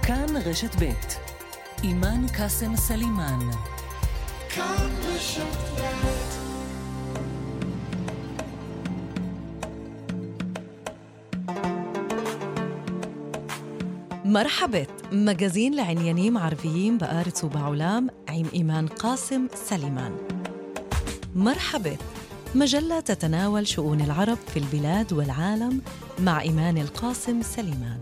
כאן רשת ב' אימן קאסם סלימן. כאן רשת ב'. مرحبت مجازين لعنيانيم عربيين بآرز وبعولام عين إيمان قاسم سليمان. مرحبت مجلة تتناول شؤون العرب في البلاد والعالم مع إيمان القاسم سليمان.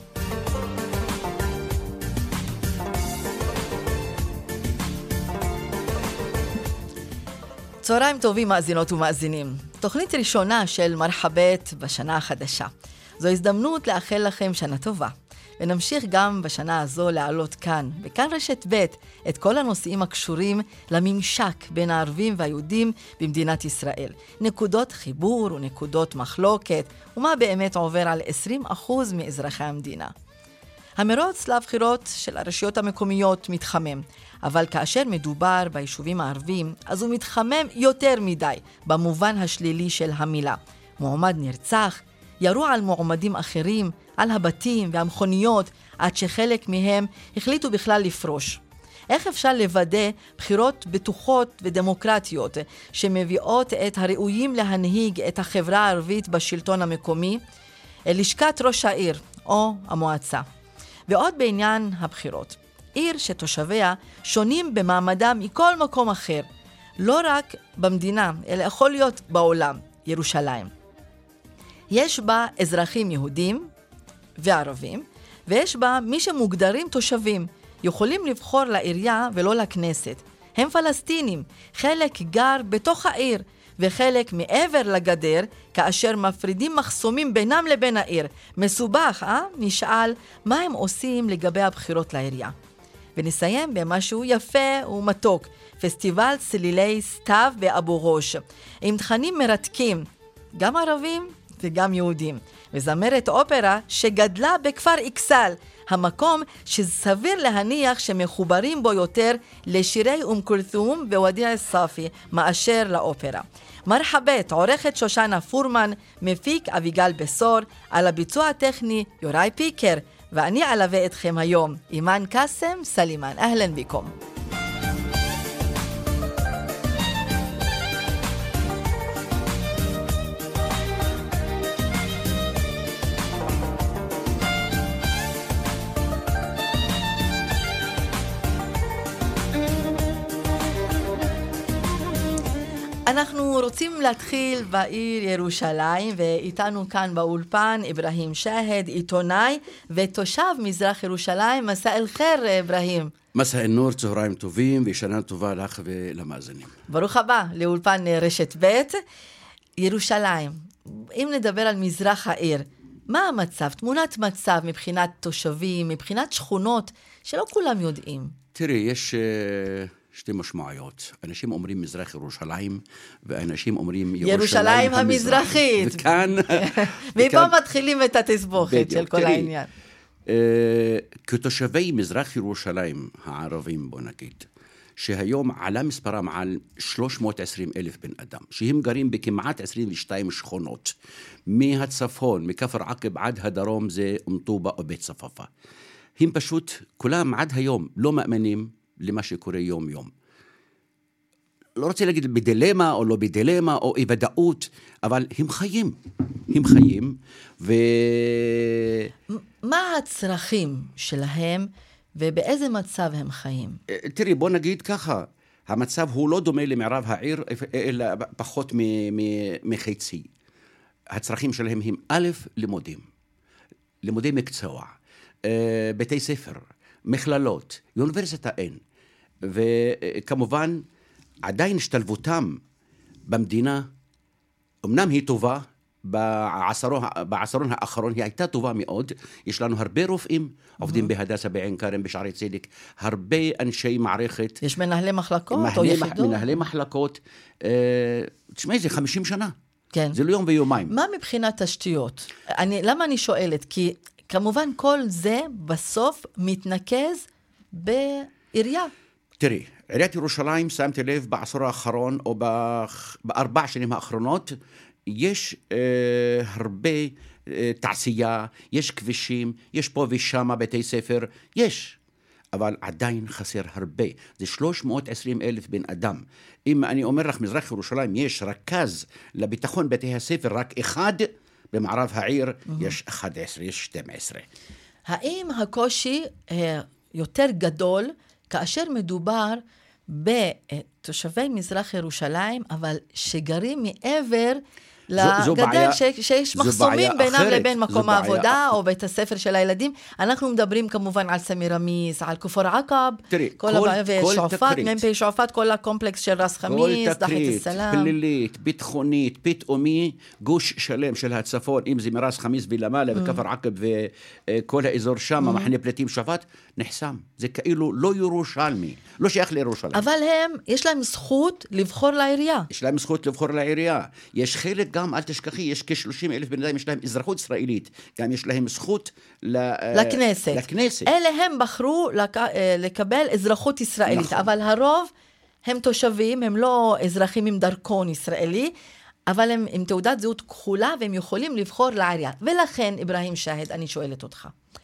צהריים טובים מאזינות ומאזינים. תוכנית ראשונה של מרחבת בשנה החדשה. זו הזדמנות לאחל לכם שנה טובה. ונמשיך גם בשנה הזו לעלות כאן, וכאן רשת ב' את כל הנושאים הקשורים לממשק בין הערבים והיהודים במדינת ישראל. נקודות חיבור ונקודות מחלוקת, ומה באמת עובר על 20% מאזרחי המדינה. המרוץ לבחירות של הרשויות המקומיות מתחמם, אבל כאשר מדובר ביישובים הערבים, אז הוא מתחמם יותר מדי, במובן השלילי של המילה. מועמד נרצח, ירו על מועמדים אחרים, על הבתים והמכוניות, עד שחלק מהם החליטו בכלל לפרוש. איך אפשר לוודא בחירות בטוחות ודמוקרטיות שמביאות את הראויים להנהיג את החברה הערבית בשלטון המקומי? לשכת ראש העיר או המועצה. ועוד בעניין הבחירות. עיר שתושביה שונים במעמדם מכל מקום אחר, לא רק במדינה, אלא יכול להיות בעולם, ירושלים. יש בה אזרחים יהודים וערבים, ויש בה מי שמוגדרים תושבים, יכולים לבחור לעירייה ולא לכנסת. הם פלסטינים, חלק גר בתוך העיר, וחלק מעבר לגדר, כאשר מפרידים מחסומים בינם לבין העיר. מסובך, נשאל מה הם עושים לגבי הבחירות לעירייה. ונסיים במשהו יפה ומתוק, פסטיבל צלילי סתיו באבו ראש, עם תכנים מרתקים, גם ערבים וגם יהודים. וזמרת אופרה שגדלה בכפר אכסאל, המקום שסביר להניח שמחוברים בו יותר לשירי כולתום וודיה א-סאפי מאשר לאופרה. מרחבת, עורכת שושנה פורמן, מפיק אביגל בסור, על הביצוע הטכני יוראי פיקר, ואני אלווה אתכם היום, אימן קאסם סלימן. אהלן ביקום. אנחנו רוצים להתחיל בעיר ירושלים, ואיתנו כאן באולפן אברהים שהד, עיתונאי ותושב מזרח ירושלים. מסע אל חיר אברהים. מסע אל-נור, צהריים טובים ושנה טובה לך ולמאזינים. ברוך הבא לאולפן רשת ב'. ירושלים, אם נדבר על מזרח העיר, מה המצב, תמונת מצב מבחינת תושבים, מבחינת שכונות שלא כולם יודעים? תראי, יש שתי משמעויות. אנשים אומרים מזרח ירושלים, ואנשים אומרים ירושלים המזרחית. וכאן מפה מתחילים את התסבוכת של כל העניין. כתושבי מזרח ירושלים הערבים, בוא נגיד, שהיום עלה מספרם על 320,000 בן אדם, שהם גרים בכמעט 22 שכונות, מהצפון, מכפר עקב עד הדרום, זה טובא או בית צפאפא. הם פשוט, כולם עד היום לא מאמינים למה שקורה יום יום. לא רוצה להגיד בדילמה או לא בדילמה או אי ודאות, אבל הם חיים. הם חיים מה הצרכים שלהם ובאיזה מצב הם חיים? תראי, בוא נגיד ככה, המצב הוא לא דומה למערב העיר, אלא פחות מחצי. הצרכים שלהם הם א', לימודי מקצוע, בתי ספר, מכללות, אוניברסיטה אין. וכמובן, עדיין השתלבותם במדינה, אמנם היא טובה, בעשרון האחרון היא הייתה טובה מאוד. יש לנו הרבה רופאים, עובדים בהדסה, בעין כרם, בשערי צדק, הרבה אנשי מערכת. יש מנהלי מחלקות או יחידות? מנהלי מחלקות. תשמעי, זה 50 שנה. כן. זה לא יום ויומיים. מה מבחינת תשתיות? למה אני שואלת? כי כמובן כל זה בסוף מתנקז בעירייה. תראי, עיריית ירושלים, שמתי לב בעשור האחרון, או ב4 שנים האחרונות, יש הרבה תעשייה, יש כבישים, יש פה ושמה בתי ספר, יש. אבל עדיין חסר הרבה. זה 320,000 בן אדם. אם אני אומר לך, מזרח ירושלים, יש רכז לביטחון בתי הספר, רק אחד, במערב העיר יש 11, יש 12. האם הקושי יותר גדול כאשר מדובר בתושבי מזרח ירושלים, אבל שגרים מעבר לגדר שיש מחסומים בינם לבין מקום העבודה או בית הספר של הילדים? אנחנו מדברים כמובן על סמירמיס, על כפר עקב, ושועפאט, מ"פ שועפאט, כל הקומפלקס של רס חמיס, דחת הסלאם. פלילית, ביטחונית, פתאומי, גוש שלם של הצפון, אם זה מרס חמיס ולמעלה וכפר עקב וכל האזור שם, מחנה פליטים שועפאט, נחסם. זה כאילו לא ירושלמי, לא שייך לירושלים. אבל יש להם זכות לבחור לעירייה. יש להם זכות לבחור לעירייה. יש חלק גם, אל תשכחי, יש כ-30,000 בן אדם, יש להם אזרחות ישראלית, גם יש להם זכות לכנסת. אלה הם בחרו לקבל אזרחות ישראלית, נכון. אבל הרוב הם תושבים, הם לא אזרחים עם דרכון ישראלי, אבל הם עם תעודת זהות כחולה, והם יכולים לבחור לעירייה. ולכן, אברהים שהד, אני שואלת אותך,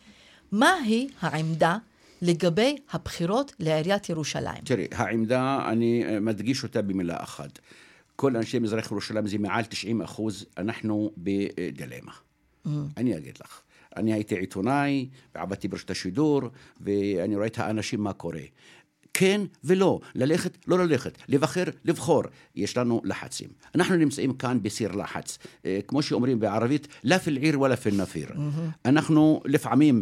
מהי העמדה לגבי הבחירות לעיריית ירושלים? תראי, העמדה, אני מדגיש אותה במילה אחת. כל אנשי מזרח ירושלים זה מעל 90%, אנחנו בדילמה. אני אגיד לך. אני הייתי עיתונאי, ועבדתי ברשת השידור, ואני רואה את האנשים מה קורה. כן ולא, ללכת, לא ללכת, לבחר, לבחור. יש לנו לחצים. אנחנו נמצאים כאן בסיר לחץ. כמו שאומרים בערבית, לא פיל עיר ולא פיל נפיר. אנחנו לפעמים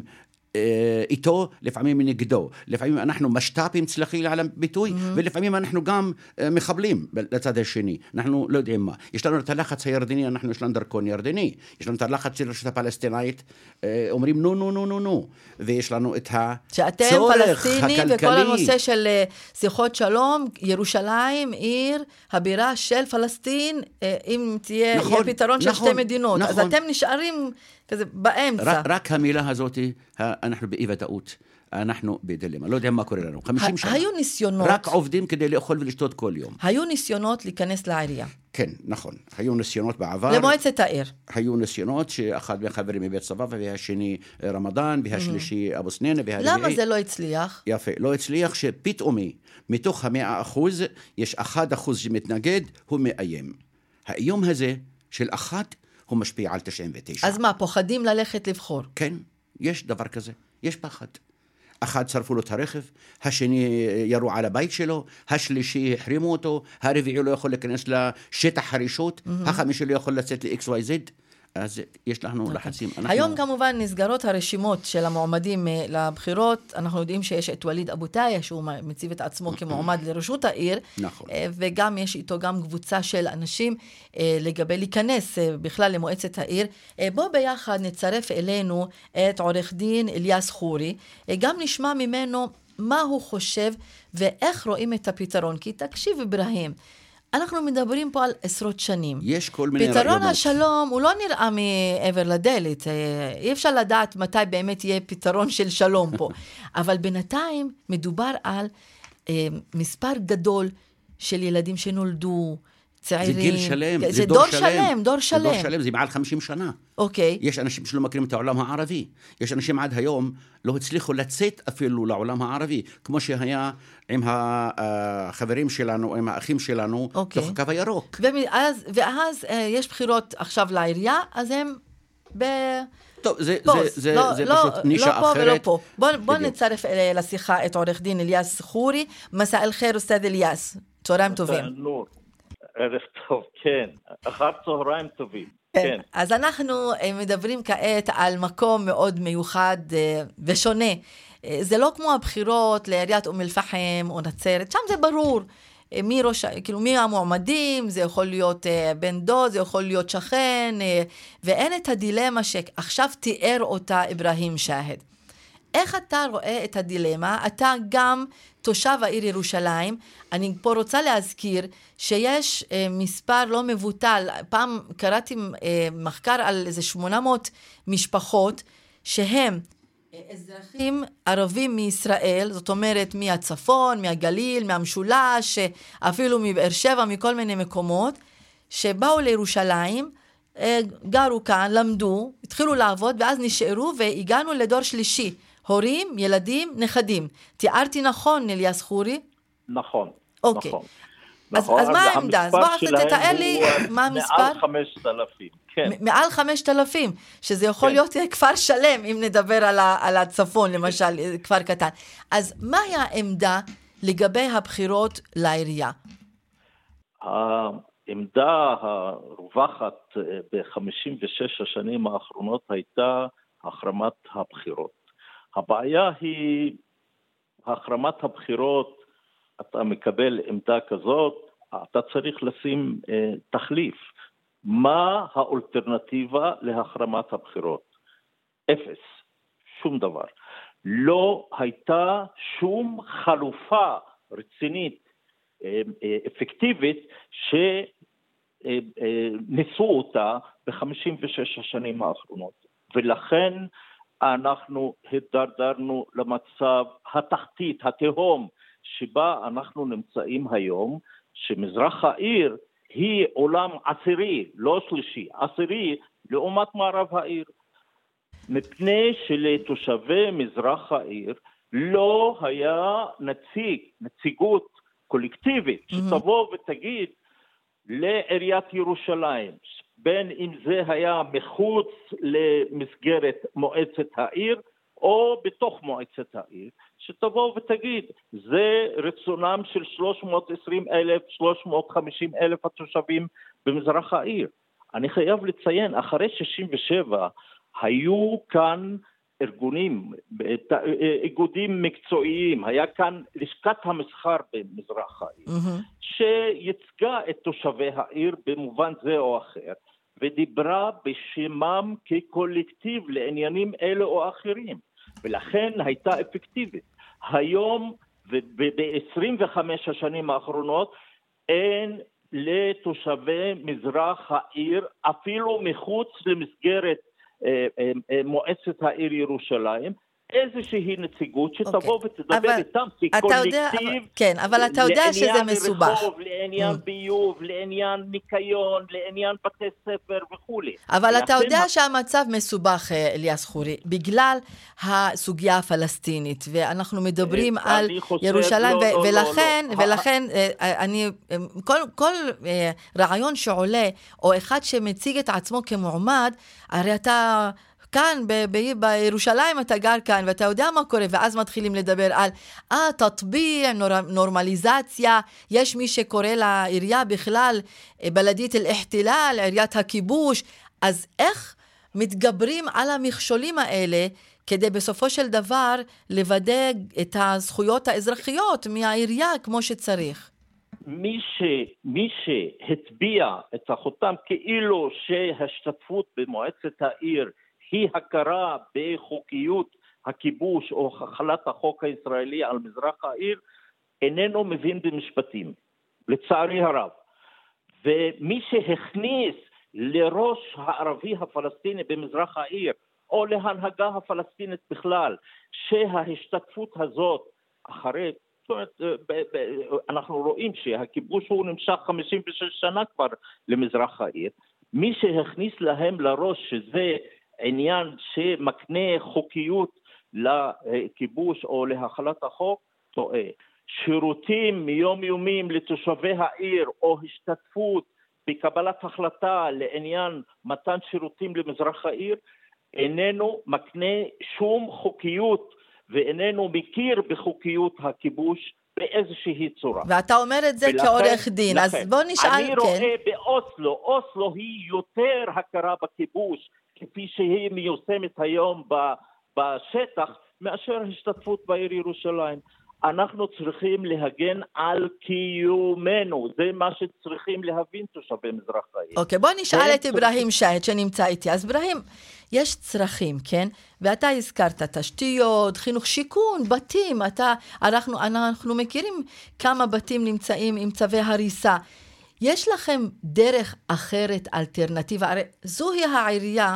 איתו, לפעמים נגדו. לפעמים אנחנו משת"פים, סלחי לי על הביטוי, ולפעמים אנחנו גם מחבלים לצד השני. אנחנו לא יודעים מה. יש לנו את הלחץ הירדני, אנחנו יש לנו דרכון ירדני. יש לנו את הלחץ של הרשות הפלסטינאית, אומרים נו, נו, נו, נו, נו. ויש לנו את הצורך הכלכלי. וכל הנושא של שיחות שלום, ירושלים, עיר, הבירה של פלסטין, אם תהיה פתרון של שתי מדינות. אז אתם נשארים כזה באמצע. רק המילה הזאת, אנחנו באי-ודאות, אנחנו בדילמה, לא יודע מה קורה לנו. 50 שנה. היו ניסיונות. רק עובדים כדי לאכול ולשתות כל יום. היו ניסיונות להיכנס לעירייה. כן, נכון. היו ניסיונות בעבר. למועצת העיר. היו ניסיונות שאחד מהחברים מבית סבבה, והשני רמדאן, והשלישי אבו סנינה, למה זה לא הצליח? יפה, לא הצליח שפתאומי, מתוך 100%, יש 1% שמתנגד, הוא מאיים. האיום הזה של 1, הוא משפיע על 99. אז מה, פוחדים ללכת לבחור? כן, יש דבר כזה, יש פחד. אחד שרפו לו את הרכב, השני ירו על הבית שלו, השלישי החרימו אותו, הרביעי לא יכול להיכנס לשטח הרשות, החמישי לא יכול לצאת ל-XYZ, אז יש לנו לחצים. היום כמובן נסגרות הרשימות של המועמדים לבחירות, אנחנו יודעים שיש את וליד אבו טאיה, שהוא מציב את עצמו כמועמד לראשות העיר, וגם יש איתו גם קבוצה של אנשים לגבי להיכנס בכלל למועצת העיר. בוא ביחד נצרף אלינו את עורך דין אליאס חורי, גם נשמע ממנו מה הוא חושב ואיך רואים את הפתרון, כי תקשיב אברהים, אנחנו מדברים פה על עשרות שנים. יש כל מיני פתרון רעיונות. השלום הוא לא נראה מעבר לדלת. אי אפשר לדעת מתי באמת יהיה פתרון של שלום פה. אבל בינתיים מדובר על מספר גדול של ילדים שנולדו, צעירים. זה גיל שלם. זה דור שלם, דור שלם. זה דור שלם, זה מעל 50 שנה. אוקיי. יש אנשים שלא מכירים את העולם הערבי. יש אנשים עד היום לא הצליחו לצאת אפילו לעולם הערבי, כמו שהיה עם החברים שלנו, עם האחים שלנו, תוך הקו הירוק. ואז יש בחירות עכשיו לעירייה, אז הם טוב, זה פשוט נישה אחרת. לא פה. בוא נצרף לשיחה את עורך דין אליאס חורי. מסע אל חיר, אוסטד אליאס. צהריים טובים. ערב טוב, כן. אחר צהריים טובים. כן. אז אנחנו מדברים כעת על מקום מאוד מיוחד ושונה. זה לא כמו הבחירות לעיריית אום אל-פחם או נצרת, שם זה ברור. מי המועמדים, זה יכול להיות בן דוד, זה יכול להיות שכן, ואין את הדילמה שעכשיו תיאר אותה אברהים שהד. איך אתה רואה את הדילמה? אתה גם תושב העיר ירושלים. אני פה רוצה להזכיר שיש מספר לא מבוטל. פעם קראתי מחקר על איזה 800 משפחות שהם אזרחים ערבים מישראל, זאת אומרת מהצפון, מהגליל, מהמשולש, אפילו מבאר שבע, מכל מיני מקומות, שבאו לירושלים גרו כאן, למדו, התחילו לעבוד, ואז נשארו והגענו לדור שלישי. הורים, ילדים, נכדים. תיארתי נכון, אליאס חורי? נכון. אוקיי. נכון. אז מה העמדה? אז בוא תתאר לי מה המספר? מעל 5,000, כן. מעל 5,000, שזה יכול להיות כפר שלם, אם נדבר על הצפון, למשל, כפר קטן. אז מהי העמדה לגבי הבחירות לעירייה? העמדה הרווחת ב-56 השנים האחרונות הייתה החרמת הבחירות. הבעיה היא החרמת הבחירות. אתה מקבל עמדה כזאת, אתה צריך לשים תחליף. מה האלטרנטיבה להחרמת הבחירות? אפס, שום דבר. לא הייתה שום חלופה רצינית, אפקטיבית, שניסו אותה ב-56 השנים האחרונות. ולכן אנחנו התדרדרנו למצב התחתית, התהום, שבה אנחנו נמצאים היום, שמזרח העיר היא עולם עשירי, לא שלישי, עשירי לעומת מערב העיר. מפני שלתושבי מזרח העיר לא היה נציגות קולקטיבית, שתבוא ותגיד לעיריית ירושלים, בין אם זה היה מחוץ למסגרת מועצת העיר, או בתוך מועצת העיר, שתבוא ותגיד, זה רצונם של 320,000, 350,000 התושבים במזרח העיר. אני חייב לציין, אחרי 67, היו כאן איגודים מקצועיים, היה כאן לשכת המסחר במזרח העיר, שייצגה את תושבי העיר במובן זה או אחר, ודיברה בשמם כקולקטיב לעניינים אלה או אחרים, ולכן הייתה אפקטיבית. היום וב-25 השנים האחרונות אין לתושבי מזרח העיר, אפילו מחוץ למסגרת מועצת העיר ירושלים, איזושהי נציגות שתבוא ותדבר איתם כקולקטיב. כן, אבל אתה יודע שזה מסובך. לעניין רחוב, לעניין ביוב, לעניין ניקיון, לעניין בתי ספר וכו'. אבל אתה יודע שהמצב מסובך, אליאס חורי, בגלל הסוגיה הפלסטינית, ואנחנו מדברים על ירושלים, ולכן כל רעיון שעולה, או אחד שמציג את עצמו כמועמד, הרי אתה כאן בירושלים אתה גר כאן ואתה יודע מה קורה, ואז מתחילים לדבר על תטביע, נורמליזציה. יש מי שקורא לעירייה בכלל בלדית אל-ihtilal, עיריית הכיבוש. אז איך מתגברים על המכשולים האלה כדי בסופו של דבר לוודא את הזכויות האזרחיות מהעירייה כמו שצריך? מי שהטביע את החותם כאילו שהשתתפות במועצת העיר היא הכרה בחוקיות הכיבוש או החלת החוק הישראלי על מזרח העיר, איננו מבין במשפטים, לצערי הרב. ומי שהכניס לראש הערבי הפלסטיני במזרח העיר, או להנהגה הפלסטינית בכלל, שההשתתפות הזאת, אחרי, זאת אומרת, אנחנו רואים שהכיבוש הוא נמשך 56 שנה כבר למזרח העיר, מי שהכניס להם לראש שזה עניין שמקנה חוקיות לכיבוש או להחלת החוק, טועה. שירותים יומיומיים לתושבי העיר או השתתפות בקבלת החלטה לעניין מתן שירותים למזרח העיר, איננו מקנה שום חוקיות ואיננו מכיר בחוקיות הכיבוש באיזושהי צורה. ואתה אומר את זה כעורך דין, אז בוא נשאל, אני רואה באוסלו, אוסלו היא יותר הכרה בכיבוש, כפי שהיא מיושמת היום בשטח, מאשר השתתפות בעיר ירושלים. אנחנו צריכים להגן על קיומנו, זה מה שצריכים להבין תושבי מזרח העיר. אוקיי, בוא נשאל את אברהים שהיד שנמצא איתי. אז אברהים, יש צרכים, כן? ואתה הזכרת תשתיות, חינוך, שיכון, בתים. אנחנו מכירים כמה בתים נמצאים עם צווי הריסה. יש לכם דרך אחרת, אלטרנטיבה? הרי זוהי העירייה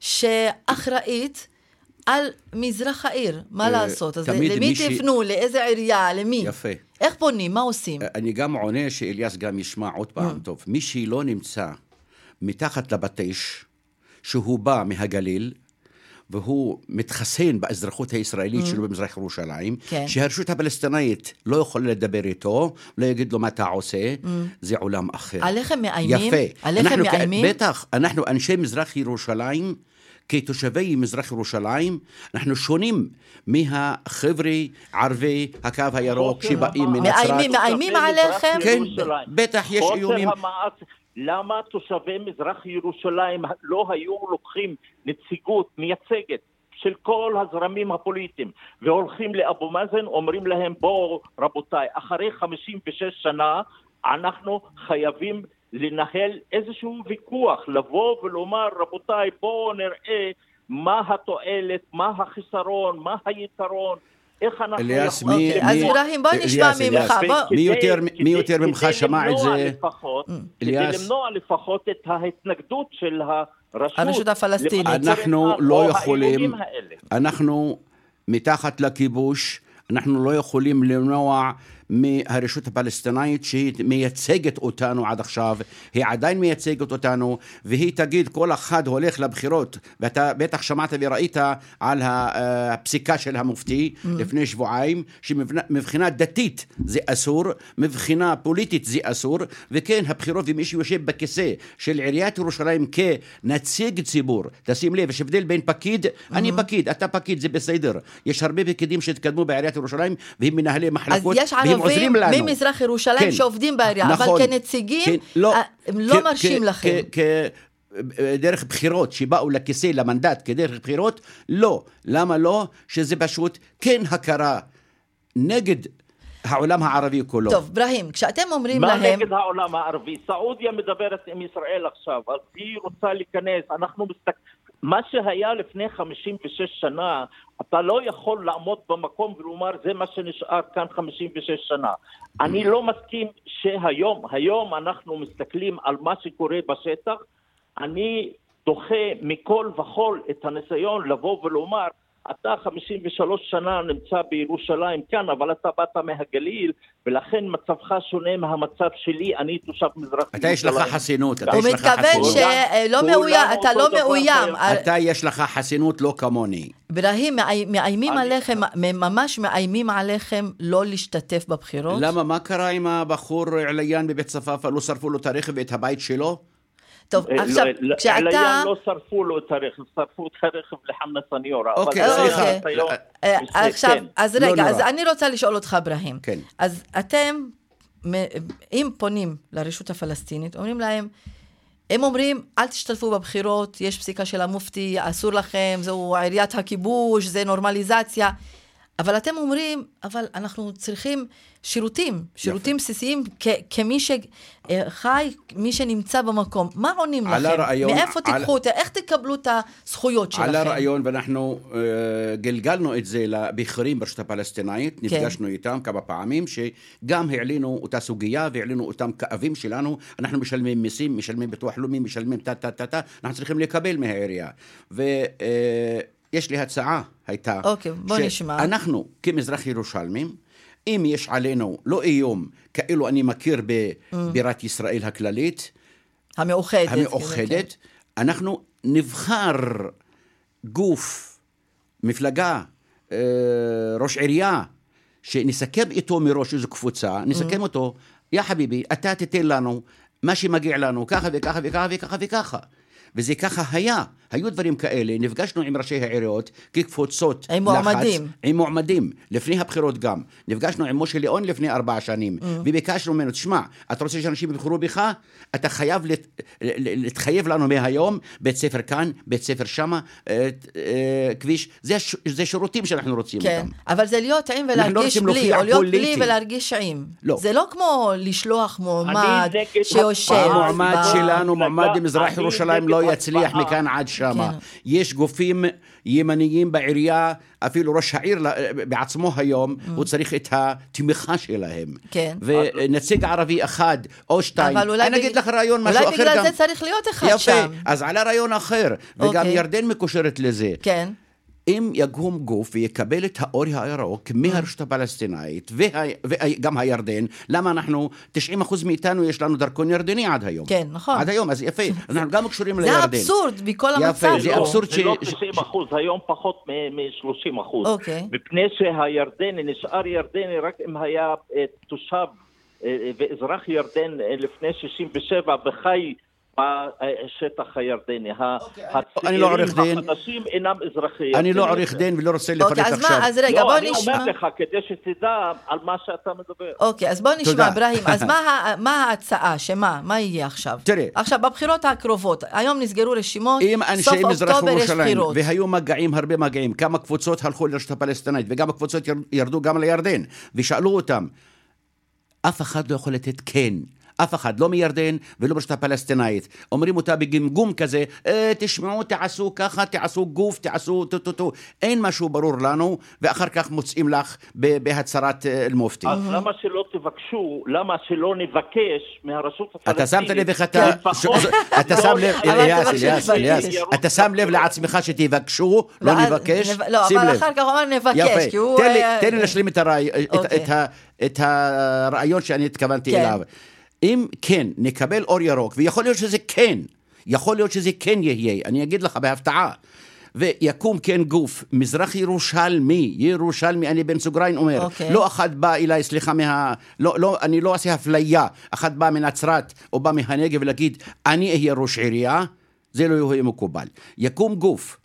שאחראית על מזרח העיר, מה לעשות? אז למי תפנו? לאיזה עירייה? למי? יפה. איך פונים? מה עושים? אני גם עונה שאליאס גם ישמע עוד פעם טוב. מי שלא נמצא מתחת לבטיש, שהוא בא מהגליל, והוא מתחסן באזרחות הישראלית שלו במזרח ירושלים, שהרשות הפלסטינאית לא יכולה לדבר איתו, לא יגיד לו מה אתה עושה, זה עולם אחר. עליכם מאיימים? יפה. עליכם מאיימים? בטח, אנחנו אנשי מזרח ירושלים, כתושבי מזרח ירושלים, אנחנו שונים מהחבר'ה ערבי הקו הירוק שבאים מנצרת. מאיימים עליכם? כן, בטח יש איומים. למה תושבי מזרח ירושלים לא היו לוקחים נציגות מייצגת של כל הזרמים הפוליטיים והולכים לאבו מאזן, אומרים להם בואו רבותיי, אחרי 56 שנה אנחנו חייבים לנהל איזשהו ויכוח, לבוא ולומר רבותיי בואו נראה מה התועלת, מה החיסרון, מה היתרון, איך אנחנו יכולים... אז איברהים, בוא נשמע ממך. מי יותר ממך שמע את זה? כדי למנוע לפחות את ההתנגדות של הרשות הפלסטינית. אנחנו לא יכולים, אנחנו מתחת לכיבוש, אנחנו לא יכולים למנוע מהרשות הפלסטינאית שהיא מייצגת אותנו עד עכשיו, היא עדיין מייצגת אותנו, והיא תגיד כל אחד הולך לבחירות, ואתה בטח שמעת וראית על הפסיקה של המופתי לפני שבועיים, שמבחינה דתית זה אסור, מבחינה פוליטית זה אסור, וכן הבחירות ומי שיושב בכיסא של עיריית ירושלים כנציג ציבור, תשים לב, יש הבדל בין פקיד, אני פקיד, אתה פקיד, זה בסדר, יש הרבה פקידים שהתקדמו בעיריית ירושלים, והם מנהלי מחלקות, והם עוזרים לנו. ממזרח ירושלים שעובדים בעירייה, אבל כנציגים הם לא מרשים לכם. דרך בחירות שבאו לכיסא למנדט כדרך בחירות, לא. למה לא? שזה פשוט כן הכרה נגד העולם הערבי כולו. טוב, איברהים, כשאתם אומרים להם... מה נגד העולם הערבי? סעודיה מדברת עם ישראל עכשיו, אז היא רוצה להיכנס, אנחנו מה שהיה לפני 56 שנה, אתה לא יכול לעמוד במקום ולומר, זה מה שנשאר כאן 56 שנה. אני לא מסכים שהיום אנחנו מסתכלים על מה שקורה בשטח, אני דוחה מכל וכל את הניסיון לבוא ולומר, אתה 53 שנה נמצא בירושלים כאן, אבל אתה באת מהגליל, ולכן מצבך שונה מהמצב שלי, אני תושב מזרח אתה יש לך חסינות. הוא מתכוון שאתה לא מאוים. אתה יש לך חסינות לא כמוני. איברהים, מאיימים עליכם, ממש מאיימים עליכם לא להשתתף בבחירות? למה, מה קרה עם הבחור עליין בבית צפאפא, לא שרפו לו את הרכב ואת הבית שלו? טוב, עכשיו, כשאתה... עליין לא שרפו לו את הרכב, שרפו את הרכב לחמנה סניורה. אוקיי, סליחה. עכשיו, אז רגע, אז אני רוצה לשאול אותך, איברהים. כן. אז אתם, אם פונים לרשות הפלסטינית, אומרים להם, הם אומרים, אל תשתתפו בבחירות, יש פסיקה של המופתי, אסור לכם, זו עיריית הכיבוש, זה נורמליזציה. אבל אתם אומרים, אבל אנחנו צריכים שירותים בסיסיים, כמי שחי, מי שנמצא במקום. מה עונים לכם? מאיפה תיקחו אותה? איך תקבלו את הזכויות שלכם? על הרעיון, ואנחנו גלגלנו את זה לבכירים ברשות הפלסטינאית, נפגשנו איתם כמה פעמים, שגם העלינו אותה סוגיה, והעלינו אותם כאבים שלנו, אנחנו משלמים מיסים, משלמים ביטוח לאומי, משלמים אנחנו צריכים לקבל מהעירייה. יש לי הצעה, הייתה, שאנחנו כמזרח ירושלמים, אם יש עלינו לא איום, כאילו אני מכיר בבירת ישראל הכללית, המאוחדת, אנחנו נבחר גוף, מפלגה, ראש עירייה, שנסכם איתו מראש איזו קבוצה, נסכם אותו, יא חביבי, אתה תיתן לנו מה שמגיע לנו, ככה וככה וככה וככה וככה. וזה ככה היו דברים כאלה, נפגשנו עם ראשי העיריות כקבוצות עם מועמדים, לפני הבחירות גם, נפגשנו עם משה ליאון לפני 4 שנים, וביקשנו ממנו, תשמע, אתה רוצה שאנשים יבחרו בך, אתה חייב להתחייב לנו מהיום, בית ספר כאן, בית ספר שמה, כביש, זה שירותים שאנחנו רוצים אותם. אבל זה להיות עם ולהרגיש בלי, או להיות בלי ולהרגיש עם. זה לא כמו לשלוח מועמד שיושב. המועמד שלנו, מועמד במזרח ירושלים לא יצליח מכאן עד שמה. יש גופים ימניים בעירייה, אפילו ראש העיר בעצמו היום, הוא צריך את התמיכה שלהם. ונציג ערבי אחד או 2, אני אגיד לך רעיון משהו אחר. אולי בגלל זה צריך להיות אחד שם. אז עלה רעיון אחר, וגם ירדן מקושרת לזה. אם יקום גוף ויקבל את האור הירוק מהרשות הפלסטינאית וגם הירדן, למה אנחנו, 90% מאיתנו יש לנו דרכון ירדני עד היום. כן, נכון. עד היום, אז יפה, אנחנו גם קשורים לירדן. זה אבסורד בכל המצב. זה אבסורד זה לא 90%, היום פחות מ-30%. אוקיי. מפני שהירדני נשאר ירדני רק אם היה תושב ואזרח ירדן לפני 67 וחי בשטח הירדני. אני לא עורך דין. החדשים אינם אזרחים. אני לא עורך דין ולא רוצה לפרט עכשיו. אז רגע, בוא נשמע. אני אומר לך כדי שתדע על מה שאתה מדבר. אוקיי, אז בוא נשמע, אברהים. אז מה ההצעה? מה יהיה עכשיו? תראה. עכשיו, בבחירות הקרובות, היום נסגרו רשימות, אם אנשי מזרח ירושלים, בחירות. והיו מגעים, הרבה מגעים, כמה קבוצות הלכו לרשות הפלסטינית, וגם הקבוצות ירדו גם לירדן, ושאלו אותם, אף אחד לא יכול לתת כן. אף אחד, לא מירדן ולא ברשות הפלסטינאית. אומרים אותה בגמגום כזה, תשמעו, תעשו ככה, תעשו גוף, תעשו טו. אין משהו ברור לנו, ואחר כך מוצאים לך בהצהרת אל-מופתי. אז למה שלא תבקשו, למה שלא נבקש מהרשות הפלסטינית? אתה שמת לב איך אתה שם לב, אליאס, אתה שם לב לעצמך שתבקשו, לא נבקש? לא, אבל אחר כך אומר נבקש, כי הוא... תן לי להשלים את הרעיון שאני התכוונתי אליו. אם כן, נקבל אור ירוק, ויכול להיות שזה כן יהיה, אני אגיד לך בהפתעה, ויקום כן גוף, מזרח ירושלמי, אני בן סוגריים אומר, לא אחד בא אליי, סליחה, אני לא עושה הפליה, אחד בא מנצרת, או בא מהנגב, ולהגיד, אני אהיה ראש עירייה, זה לא יהיה מקובל. יקום גוף,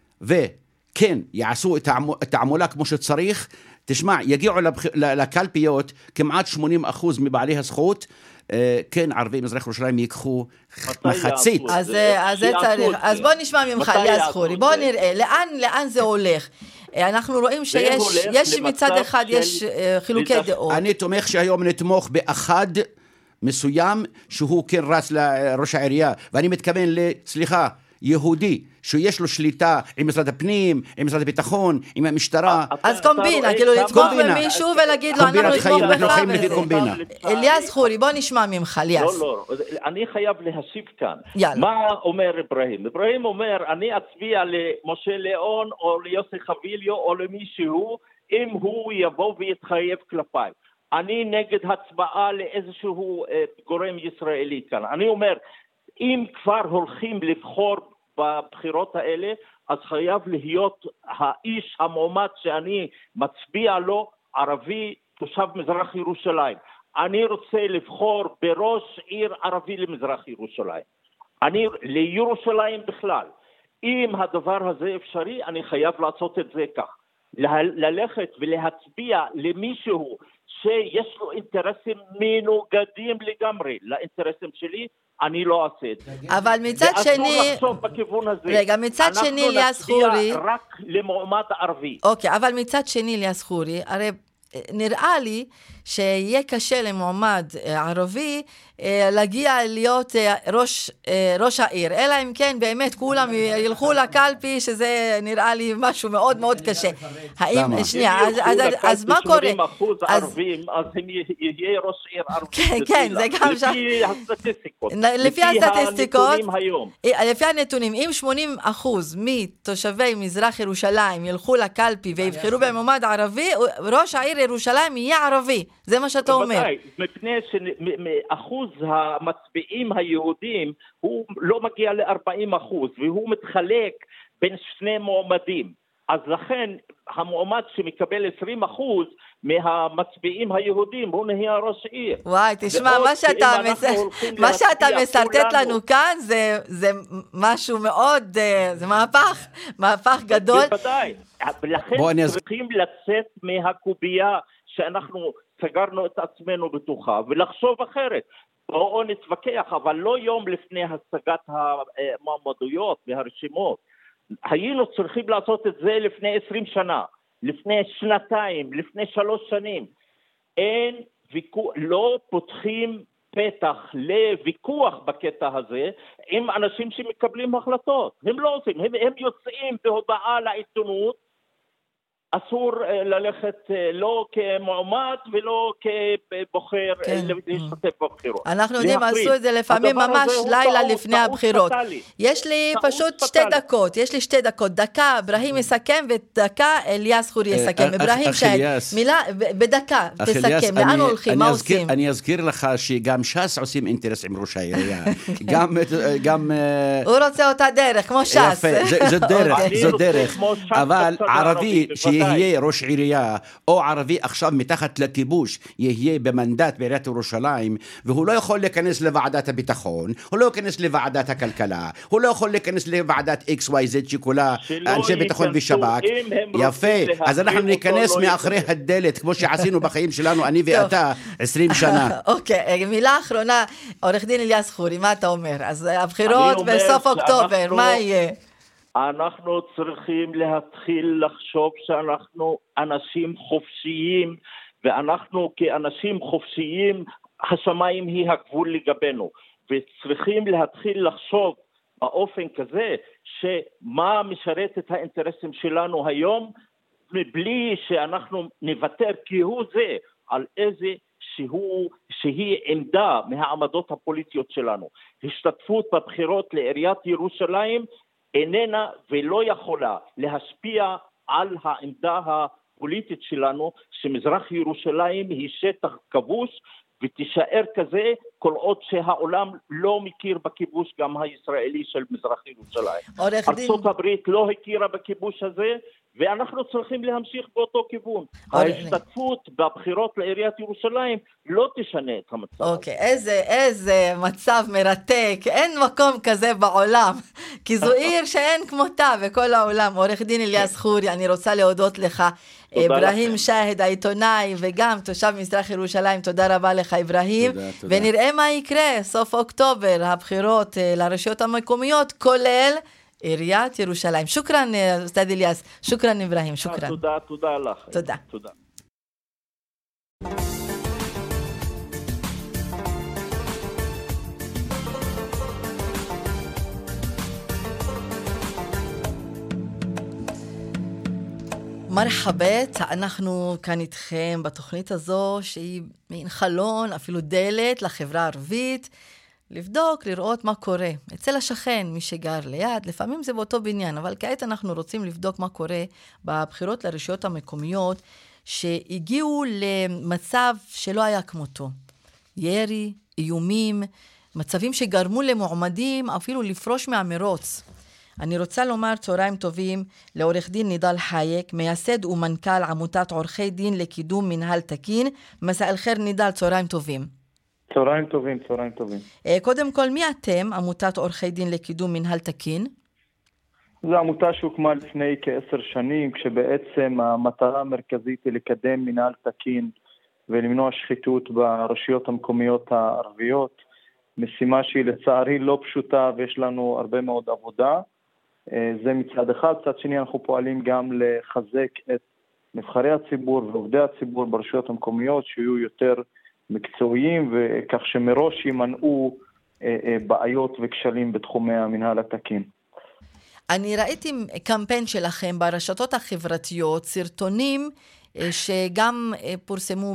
וכן, יעשו את העמולה כמו שצריך, תשמע, יגיעו לקלפיות כמעט 80% מבעלי הזכות, כן, ערבי מזרח ירושלים ייקחו מחצית. אז זה צריך. אז בוא נשמע ממך, אליאס חורי. בוא נראה, לאן זה הולך? אנחנו רואים שיש מצד אחד, יש חילוקי דעות. אני תומך שהיום נתמוך באחד מסוים, שהוא כן רץ לראש העירייה, ואני מתכוון סליחה, יהודי, שיש לו שליטה עם משרד הפנים, עם משרד הביטחון, עם המשטרה. אז קומבינה, כאילו לתמוך במישהו ולהגיד לו, אנחנו נתמוך בך וזה. אליאס חורי, בוא נשמע ממך, אליאס. לא, אני חייב להשיב כאן. יאללה. מה אומר אברהים? אברהים אומר, אני אצביע למשה ליאון, או ליוסי חביליו, או למישהו, אם הוא יבוא ויתחייב כלפיי. אני נגד הצבעה לאיזשהו גורם ישראלי כאן. אני אומר, אם כבר הולכים לבחור בבחירות האלה, אז חייב להיות האיש המועמד שאני מצביע לו, ערבי, תושב מזרח ירושלים. אני רוצה לבחור בראש עיר ערבי למזרח ירושלים. לירושלים בכלל. אם הדבר הזה אפשרי, אני חייב לעשות את זה כך. ללכת ולהצביע למישהו שיש לו אינטרסים מנוגדים לגמרי לאינטרסים שלי, אני לא אעשה את זה. אבל מצד שני... אסור לחשוב בכיוון הזה. רגע, מצד שני, אליאס חורי... אנחנו נצביע רק למועמד ערבי. אוקיי, אבל מצד שני, אליאס חורי, הרי נראה לי שיהיה קשה למועמד ערבי להגיע להיות ראש העיר, אלא אם כן באמת כולם ילכו לקלפי, שזה נראה לי משהו מאוד מאוד קשה. האם, שנייה, אז מה קורה? 80% ערבים, אז הם יהיה ראש עיר ערבי. כן, זה גם שם. לפי הסטטיסטיקות. לפי הסטטיסטיקות. הנתונים היום. לפי הנתונים, אם 80% מתושבי מזרח ירושלים ילכו לקלפי ויבחרו במועמד ערבי, ראש העיר ירושלים יהיה ערבי. זה מה שאתה אומר. מפני שאחוז המצביעים היהודים הוא לא מגיע ל-40%, והוא מתחלק בין שני מועמדים. אז לכן המועמד שמקבל 20% מהמצביעים היהודים הוא נהיה ראש עיר. וואי, תשמע, מה שאתה מסרטט לנו כאן זה משהו מאוד, זה מהפך גדול. בוודאי, ולכן צריכים לצאת מהקובייה שאנחנו סגרנו את עצמנו בתוכה ולחשוב אחרת. בואו נתווכח, אבל לא יום לפני השגת המועמדויות והרשימות. היינו צריכים לעשות את זה לפני 20 שנה, לפני שנתיים, לפני 3 שנים. לא פותחים פתח לוויכוח בקטע הזה עם אנשים שמקבלים החלטות. הם לא עושים, הם יוצאים בהודעה לעיתונות, אסור ללכת לא כמועמד ולא כבוחר להשתתף בבחירות. אנחנו יודעים, עשו את זה לפעמים ממש לילה לפני הבחירות. יש לי פשוט 2 דקות, דקה, אברהים יסכם ודקה אליאס חורי יסכם. אברהים מילה, בדקה, תסכם, לאן הולכים, מה עושים? אני אזכיר לך שגם ש"ס עושים אינטרס עם ראש העירייה. גם... הוא רוצה אותה דרך, כמו ש"ס. יפה, זו דרך. אבל ערבי שיהיה ראש עירייה, או ערבי עכשיו מתחת לכיבוש, יהיה במנדט בעיריית ירושלים, והוא לא יכול להיכנס לוועדת הביטחון, הוא לא ייכנס לוועדת הכלכלה, הוא לא יכול להיכנס לוועדת XYZ שכולה אנשי ביטחון ושב"כ. יפה, אז אנחנו ניכנס מאחרי הדלת, כמו שעשינו בחיים שלנו, אני ואתה, 20 שנה. אוקיי, מילה אחרונה, עורך דין אליאס חורי, מה אתה אומר? אז הבחירות בסוף אוקטובר, מה יהיה? אנחנו צריכים להתחיל לחשוב שאנחנו אנשים חופשיים, ואנחנו כאנשים חופשיים, השמיים היא הגבול לגבינו, וצריכים להתחיל לחשוב באופן כזה, שמה משרת את האינטרסים שלנו היום, מבלי שאנחנו נוותר כהוא זה על איזה שהיא עמדה מהעמדות הפוליטיות שלנו. השתתפות בבחירות לעיריית ירושלים איננה ולא יכולה להשפיע על העמדה הפוליטית שלנו, שמזרח ירושלים היא שטח כבוש, ותישאר כזה כל עוד שהעולם לא מכיר בכיבוש גם הישראלי של מזרח ירושלים. ארצות הברית לא הכירה בכיבוש הזה, ואנחנו צריכים להמשיך באותו כיוון. ההשתתפות בבחירות לעיריית ירושלים לא תשנה את המצב. אוקיי, איזה מצב מרתק, אין מקום כזה בעולם, כי זו עיר שאין כמותה בכל העולם. עורך דין אליאס חורי, אני רוצה להודות לך. אברהים שהד, העיתונאי וגם תושב מזרח ירושלים, תודה רבה לך אברהים, ונראה מה יקרה סוף אוקטובר, הבחירות לרשויות המקומיות, כולל עיריית ירושלים. שוקרן אוסטד אליאס, שוקרן אברהים, שוקרן. תודה לך. תודה. מרחבת, אנחנו כאן איתכם בתוכנית הזו שהיא מין חלון, אפילו דלת לחברה הערבית, לבדוק, לראות מה קורה. אצל השכן, מי שגר ליד, לפעמים זה באותו בניין, אבל כעת אנחנו רוצים לבדוק מה קורה בבחירות לרשויות המקומיות שהגיעו למצב שלא היה כמותו. ירי, איומים, מצבים שגרמו למועמדים אפילו לפרוש מהמרוץ. אני רוצה לומר צהריים טובים לעורך דין נידאל חייק, מייסד ומנכ"ל עמותת עורכי דין לקידום מנהל תקין. מסע אל חיר נידאל, צהריים טובים. צהריים טובים, צהריים טובים. קודם כל, מי אתם, עמותת עורכי דין לקידום מנהל תקין? זו עמותה שהוקמה לפני כ10 שנים, כשבעצם המטרה המרכזית היא לקדם מנהל תקין ולמנוע שחיתות ברשויות המקומיות הערביות. משימה שהיא לצערי לא פשוטה ויש לנו הרבה מאוד עבודה. זה מצד אחד. מצד שני אנחנו פועלים גם לחזק את נבחרי הציבור ועובדי הציבור ברשויות המקומיות שיהיו יותר מקצועיים, וכך שמראש יימנעו בעיות וכשלים בתחומי המנהל התקין. אני ראיתי קמפיין שלכם ברשתות החברתיות, סרטונים שגם פורסמו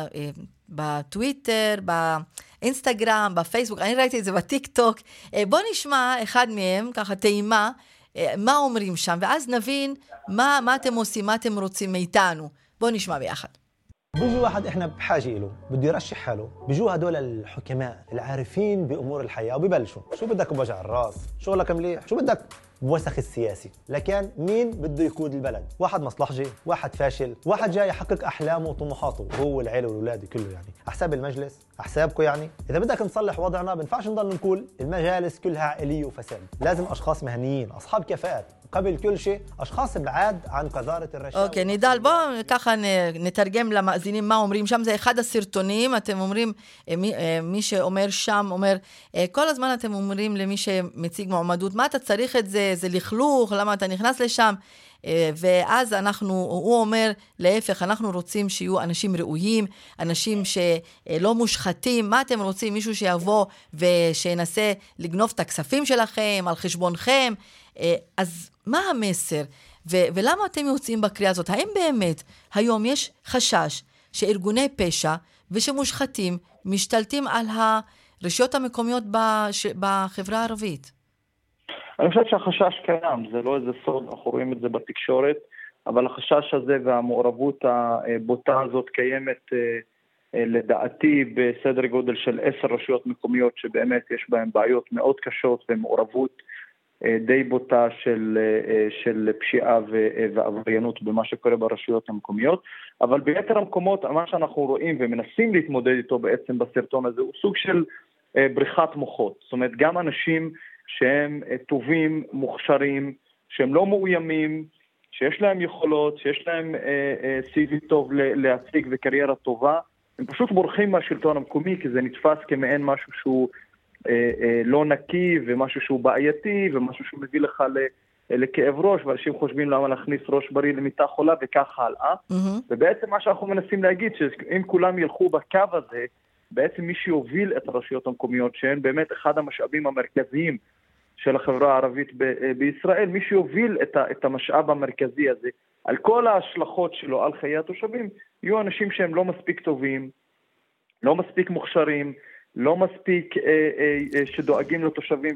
בטוויטר, באינסטגרם, בפייסבוק, אני ראיתי את זה בטיק טוק. בוא נשמע אחד מהם, ככה טעימה, מה אומרים שם, ואז נבין מה אתם עושים, מה אתם רוצים מאיתנו. בוא נשמע ביחד. بيجي واحد احنا بحاجه له بده يرشح حاله، بيجوا هدول الحكماء العارفين بامور الحياه وببلشوا شو بدك بوجع الراس، شغلك مليح، شو بدك بوسخ السياسي، لكن مين بده يقود البلد؟ واحد مصلحجي، واحد فاشل، واحد جاي يحقق احلامه وطموحاته وهو العيله والاولاد كله، يعني حساب المجلس، حسابكم. يعني اذا بدك نصلح وضعنا بنفعش نضل نقول المجالس كلها عائليه وفساد، لازم اشخاص مهنيين اصحاب كفاءات، قبل كل شيء اشخاص بعاد عن قذاره الرشاوى. אוקיי, נידאל, בוא ככה נתרגם למאזינים מה אומרים שם. זה אחד הסרטונים, אתם אומרים, מי שאומר שם אומר, כל הזמן אתם אומרים למי שמציג מועמדות, מה אתה צריך את זה, זה לכלוך, למה אתה נכנס לשם? ואז הוא אומר להפך, אנחנו רוצים שיהיו אנשים ראויים, אנשים שלא מושחתים. מה אתם רוצים? מישהו שיבוא ושינסה לגנוב את הכספים שלכם על חשבונכם? אז מה המסר? ולמה אתם יוצאים בקריאה הזאת? האם באמת היום יש חשש שארגוני פשע ושמושחתים משתלטים על הרשויות המקומיות בחברה הערבית? אני חושב שהחשש קיים, זה לא איזה סוד, אנחנו רואים את זה בתקשורת, אבל החשש הזה והמעורבות הבוטה הזאת קיימת לדעתי בסדר גודל של 10 רשויות מקומיות שבאמת יש בהן בעיות מאוד קשות ומעורבות די בוטה של פשיעה ועבריינות במה שקורה ברשויות המקומיות, אבל ביתר המקומות מה שאנחנו רואים ומנסים להתמודד איתו בעצם בסרטון הזה הוא סוג של בריחת מוחות, זאת אומרת גם אנשים שהם טובים, מוכשרים, שהם לא מאוימים, שיש להם יכולות, שיש להם CV טוב להציג וקריירה טובה, הם פשוט בורחים מהשלטון המקומי, כי זה נתפס כמעין משהו שהוא לא נקי, ומשהו שהוא בעייתי, ומשהו שהוא מביא לך לכאב ראש, ואנשים חושבים למה להכניס ראש בריא למיטה חולה, וכך הלאה. ובעצם מה שאנחנו מנסים להגיד, שאם כולם ילכו בקו הזה, בעצם מי שיוביל את הרשויות המקומיות, שהן באמת אחד המשאבים המרכזיים של החברה הערבית בישראל, מי שיוביל את המשאב המרכזי הזה, על כל ההשלכות שלו על חיי התושבים, יהיו אנשים שהם לא מספיק טובים, לא מספיק מוכשרים, לא מספיק שדואגים לתושבים.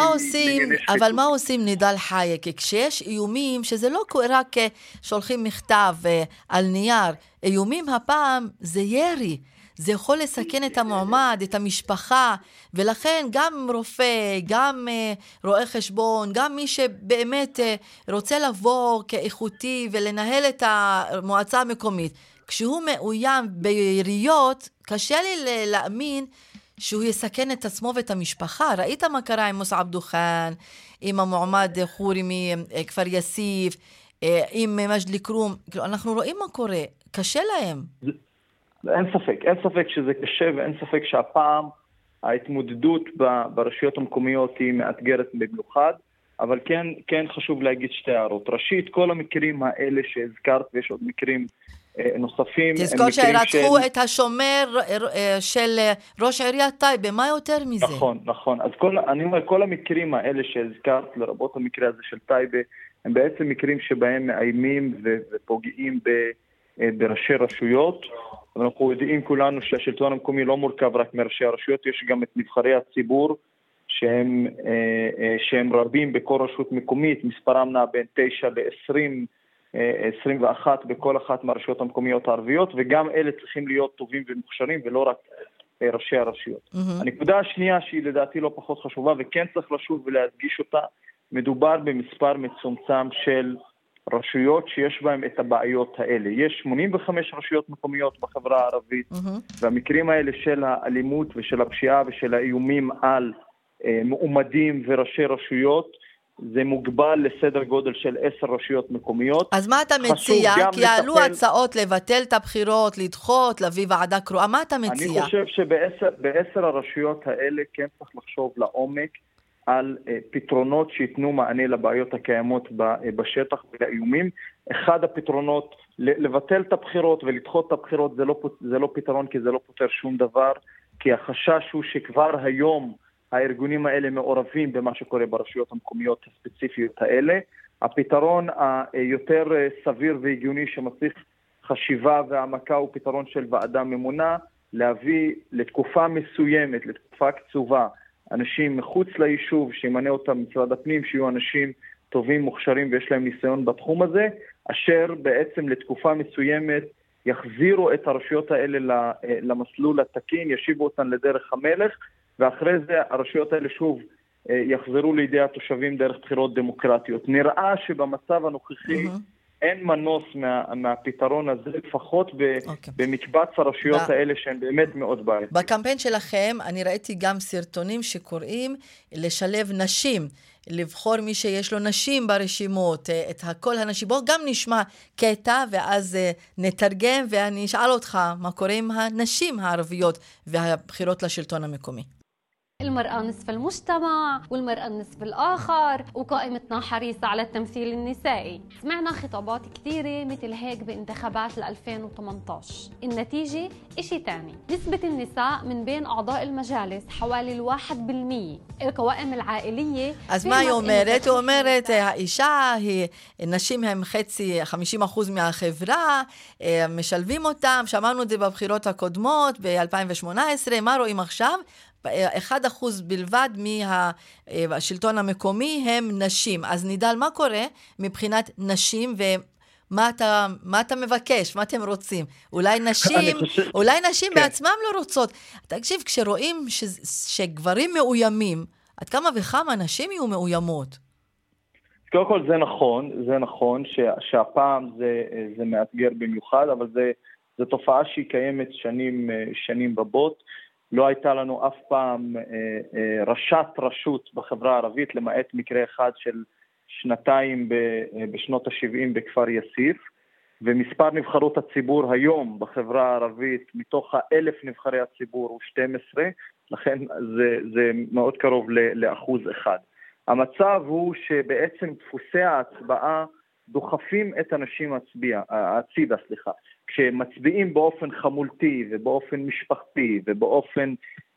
אבל מה עושים נידל חייק? כשיש איומים, שזה לא רק שולחים מכתב על נייר, איומים הפעם זה ירי. זה יכול לסכן את המועמד, את המשפחה, ולכן גם רופא, גם רואה חשבון, גם מי שבאמת רוצה לבוא כאיכותי ולנהל את המועצה המקומית, כשהוא מאוים ביריות, קשה לי להאמין שהוא יסכן את עצמו ואת המשפחה. ראית מה קרה עם מוסעב דוכן, עם המועמד חורי מכפר יאסיף, עם מג'ד אל-כרום, אנחנו רואים מה קורה, קשה להם. אין ספק שזה קשה, ואין ספק שהפעם ההתמודדות ברשויות המקומיות היא מאתגרת במיוחד, אבל כן חשוב להגיד שתי הערות. ראשית, כל המקרים האלה שהזכרת, ויש עוד מקרים נוספים. תזכור שרצחו את השומר של ראש עיריית טייבה, מה יותר מזה? נכון. אז אני אומר, כל המקרים האלה שהזכרת, לרבות המקרה הזה של טייבה, הם בעצם מקרים שבהם מאיימים ופוגעים בראשי רשויות. אנחנו יודעים כולנו שהשלטון המקומי לא מורכב רק מראשי הרשויות, יש גם את נבחרי הציבור שהם רבים בכל רשות מקומית, מספרם נע בין 9 ל-20, 21 בכל אחת מהרשויות המקומיות הערביות, וגם אלה צריכים להיות טובים ומוכשרים ולא רק ראשי הרשויות. הנקודה השנייה שהיא לדעתי לא פחות חשובה וכן צריך לשוב ולהדגיש אותה, מדובר במספר מצומצם של רשויות שיש בהן את הבעיות האלה. יש 85 רשויות מקומיות בחברה הערבית, והמקרים האלה של האלימות ושל הפשיעה ושל האיומים על מועמדים וראשי רשויות, זה מוגבל לסדר גודל של 10 רשויות מקומיות. אז מה אתה מציע? כי יעלו הצעות לבטל את הבחירות, לדחות, להביא ועדה קרואה. מה אתה מציע? אני חושב שב10 הרשויות האלה כן צריך לחשוב לעומק על פתרונות שיתנו מענה לבעיות הקיימות בשטח ולאיומים. אחד הפתרונות, לבטל את הבחירות ולדחות את הבחירות, זה לא פתרון, כי זה לא פותר שום דבר, כי החשש הוא שכבר היום הארגונים האלה מעורבים במה שקורה ברשויות המקומיות הספציפיות האלה. הפתרון היותר סביר והגיוני שמצריך חשיבה והעמקה הוא פתרון של ועדה ממונה, להביא לתקופה מסוימת, לתקופה קצובה, אנשים מחוץ ליישוב שימנה אותם משרד הפנים, שיהיו אנשים טובים, מוכשרים ויש להם ניסיון בתחום הזה, אשר בעצם לתקופה מסוימת יחזירו את הרשויות האלה למסלול התקין, ישיבו אותן לדרך המלך, ואחרי זה הרשויות האלה שוב יחזרו לידי התושבים דרך בחירות דמוקרטיות. נראה שבמצב הנוכחי אין מנוס מהפתרון הזה, לפחות במקבץ הרשויות האלה שהן באמת מאוד בעיות. בקמפיין שלכם אני ראיתי גם סרטונים שקוראים לשלב נשים, לבחור מי שיש לו נשים ברשימות, את כל הנשים. בואו גם נשמע קטע ואז נתרגם ואני אשאל אותך מה קורה עם הנשים הערביות והבחירות לשלטון המקומי. المرأة نصف المجتمع والمرأة النصف الآخر وقائمتنا حريصة على التمثيل النسائي. سمعنا خطابات كثيرة مثل هيك بانتخابات 2018. النتيجة إشي تاني، نسبة النساء من بين أعضاء المجالس حوالي 1%. القوائم العائلية אז מה היא אומרת? היא אומרת, האישה, נשים הם חצי, 50% מהחברה, משלבים אותם, שמענו את זה בבחירות הקודמות, ב-2018, מה רואים עכשיו? 1% בלבד מהשלטון המקומי הם נשים. אז נדל, מה קורה מבחינת נשים ומה אתה מבקש, מה אתם רוצים? אולי נשים בעצמם לא רוצות. תקשיב, כשרואים שגברים מאוימים, עד כמה וכמה נשים יהיו מאוימות? קודם כל זה נכון שהפעם זה מאתגר במיוחד, אבל זה תופעה שהיא קיימת שנים רבות. לא הייתה לנו אף פעם ראשת רשות בחברה הערבית, למעט מקרה אחד של שנתיים בשנות ה-70 בכפר יאסיף, ומספר נבחרות הציבור היום בחברה הערבית, מתוך 1,000 נבחרי הציבור הוא 12, לכן זה מאוד קרוב ל1%. המצב הוא שבעצם דפוסי ההצבעה דוחפים את הנשים הצידה, כשמצביעים באופן חמולתי ובאופן משפחתי ובאופן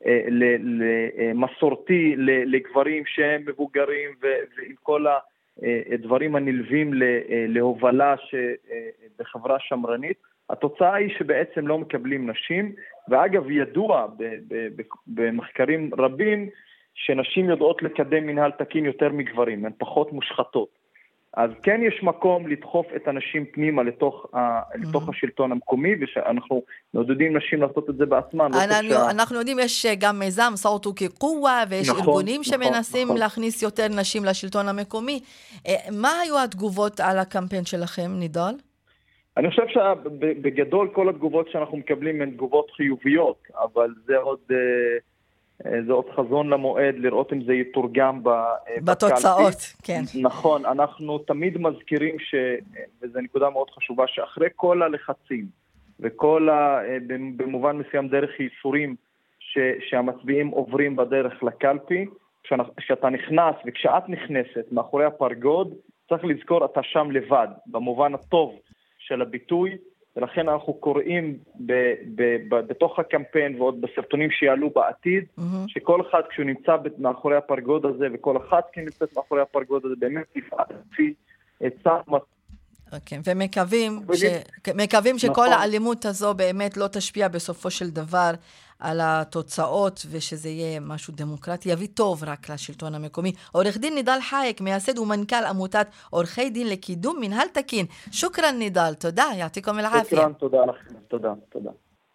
מסורתי לגברים שהם מבוגרים ועם כל הדברים הנלווים להובלה בחברה שמרנית, התוצאה היא שבעצם לא מקבלים נשים, ואגב ידוע במחקרים רבים שנשים יודעות לקדם מנהל תקין יותר מגברים, הן פחות מושחתות. אז כן יש מקום לדחוף את הנשים פנימה לתוך השלטון המקומי, ושאנחנו מעודדים נשים לעשות את זה בעצמן. אנחנו יודעים, יש גם מיזם סאוטו כקווה, ויש ארגונים שמנסים להכניס יותר נשים לשלטון המקומי. מה היו התגובות על הקמפיין שלכם, נידל? אני חושב שבגדול כל התגובות שאנחנו מקבלים הן תגובות חיוביות, אבל זה עוד חזון למועד, לראות אם זה יתורגם בתוצאות, כן. נכון, אנחנו תמיד מזכירים, וזו נקודה מאוד חשובה, שאחרי כל הלחצים, וכל במובן מסוים דרך ייסורים, שהמצביעים עוברים בדרך לקלפי, כשאתה נכנס, וכשאת נכנסת מאחורי הפרגוד, צריך לזכור, אתה שם לבד, במובן הטוב של הביטוי, ולכן אנחנו קוראים בתוך הקמפיין ועוד בסרטונים שיעלו בעתיד, שכל אחד כשהוא נמצא מאחורי הפרגוד הזה, וכל אחד נמצאת מאחורי הפרגוד הזה, באמת יפעל לפי עצה. אוקיי, ומקווים שכל האלימות הזו באמת לא תשפיע בסופו של דבר על התוצאות, ושזה יהיה משהו דמוקרטי, יביא טוב רק לשלטון המקומי. עורך דין נידל חייק, מייסד ומנכ"ל עמותת עורכי דין לקידום מנהל תקין. שוקרן נידל, תודה, יעתיקום אל-עפיה. שוקרן, תודה לכם, תודה.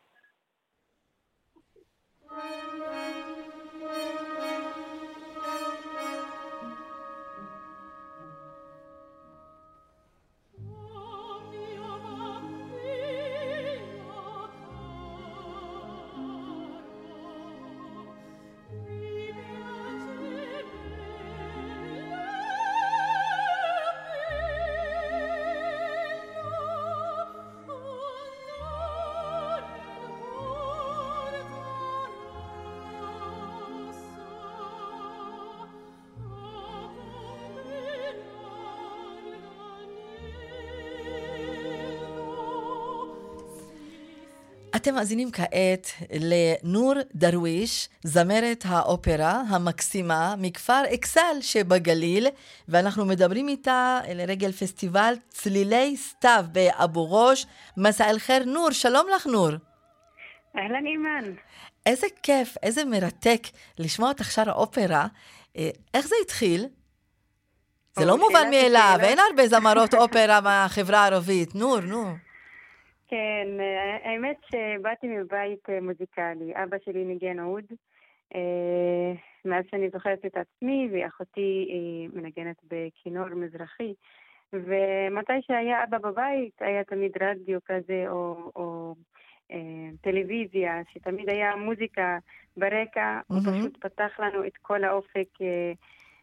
אתם מאזינים כעת לנור דרוויש, זמרת האופרה המקסימה מכפר אכסל שבגליל, ואנחנו מדברים איתה לרגל פסטיבל צלילי סתיו באבו גוש. מסע אל חיר נור, שלום לך נור. אהלן אימן. איזה כיף, איזה מרתק לשמוע אותך שר האופרה. איך זה התחיל? זה לא מובן מאליו, אין הרבה זמרות אופרה בחברה הערבית. נור. כן, האמת שבאתי מבית מוזיקלי. אבא שלי ניגן עוד, מאז שאני זוכרת את עצמי, ואחותי מנגנת בכינור מזרחי. ומתי שהיה אבא בבית, היה תמיד רדיו כזה, או טלוויזיה, שתמיד היה מוזיקה ברקע, הוא פשוט פתח לנו את כל האופק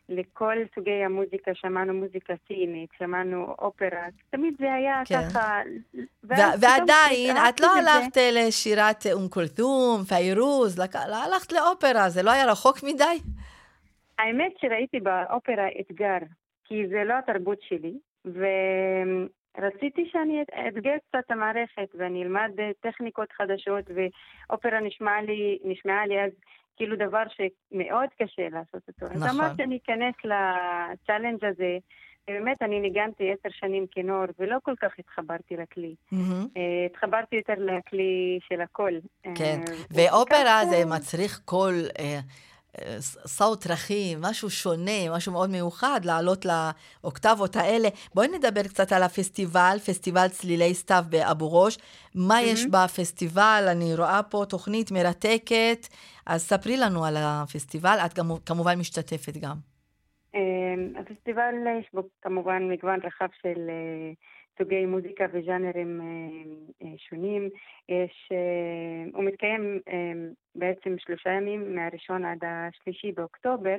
לכל סוגי המוזיקה, שמענו מוזיקה סינית, שמענו אופרה, תמיד זה היה ככה. ועדיין, את לא הלכת לשירת כולתום, פיירוז, הלכת לאופרה, זה לא היה רחוק מדי? האמת שראיתי באופרה אתגר, כי זה לא התרבות שלי, ורציתי שאני אתגר קצת את המערכת, ואני אלמד טכניקות חדשות, ואופרה נשמעה לי אז כאילו דבר שמאוד קשה לעשות אותו. נכון. אז אמרתי שאני אכנס לצ'אלנג' הזה, ובאמת אני ניגנתי 10 שנים כנור, ולא כל כך התחברתי לכלי. התחברתי יותר לכלי של הקול. כן, ואופרה זה מצריך קול... סאוט רכים, משהו שונה, משהו מאוד מיוחד, לעלות לאוקטבות האלה. בואי נדבר קצת על הפסטיבל, פסטיבל צלילי סתיו באבו גוש. מה יש בפסטיבל? אני רואה פה תוכנית מרתקת, אז ספרי לנו על הפסטיבל, את גם, כמובן משתתפת גם. הפסטיבל יש בו כמובן מגוון רחב של סוגי מוזיקה וז'אנרים שונים. הוא מתקיים בעצם 3 ימים, מהראשון עד 3 באוקטובר,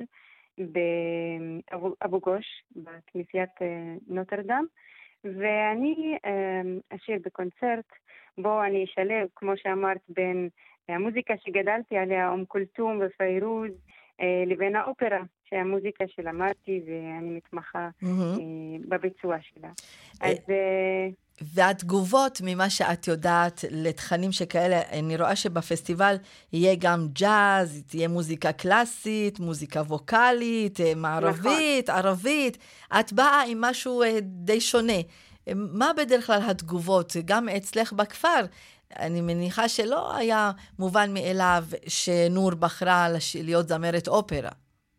באבו גוש, בכנסיית נוטרדם, ואני אשיר בקונצרט בו אני אשלב, כמו שאמרת, בין המוזיקה שגדלתי עליה, כולתום ופיירוז, לבין האופרה, שהמוזיקה שלמדתי ואני מתמחה בביצוע שלה. אז... והתגובות ממה שאת יודעת לתכנים שכאלה, אני רואה שבפסטיבל יהיה גם ג'אז, תהיה מוזיקה קלאסית, מוזיקה ווקלית, מערבית, ערבית. את באה עם משהו די שונה. מה בדרך כלל התגובות? גם אצלך בכפר, אני מניחה שלא היה מובן מאליו שנור בחרה להיות זמרת אופרה.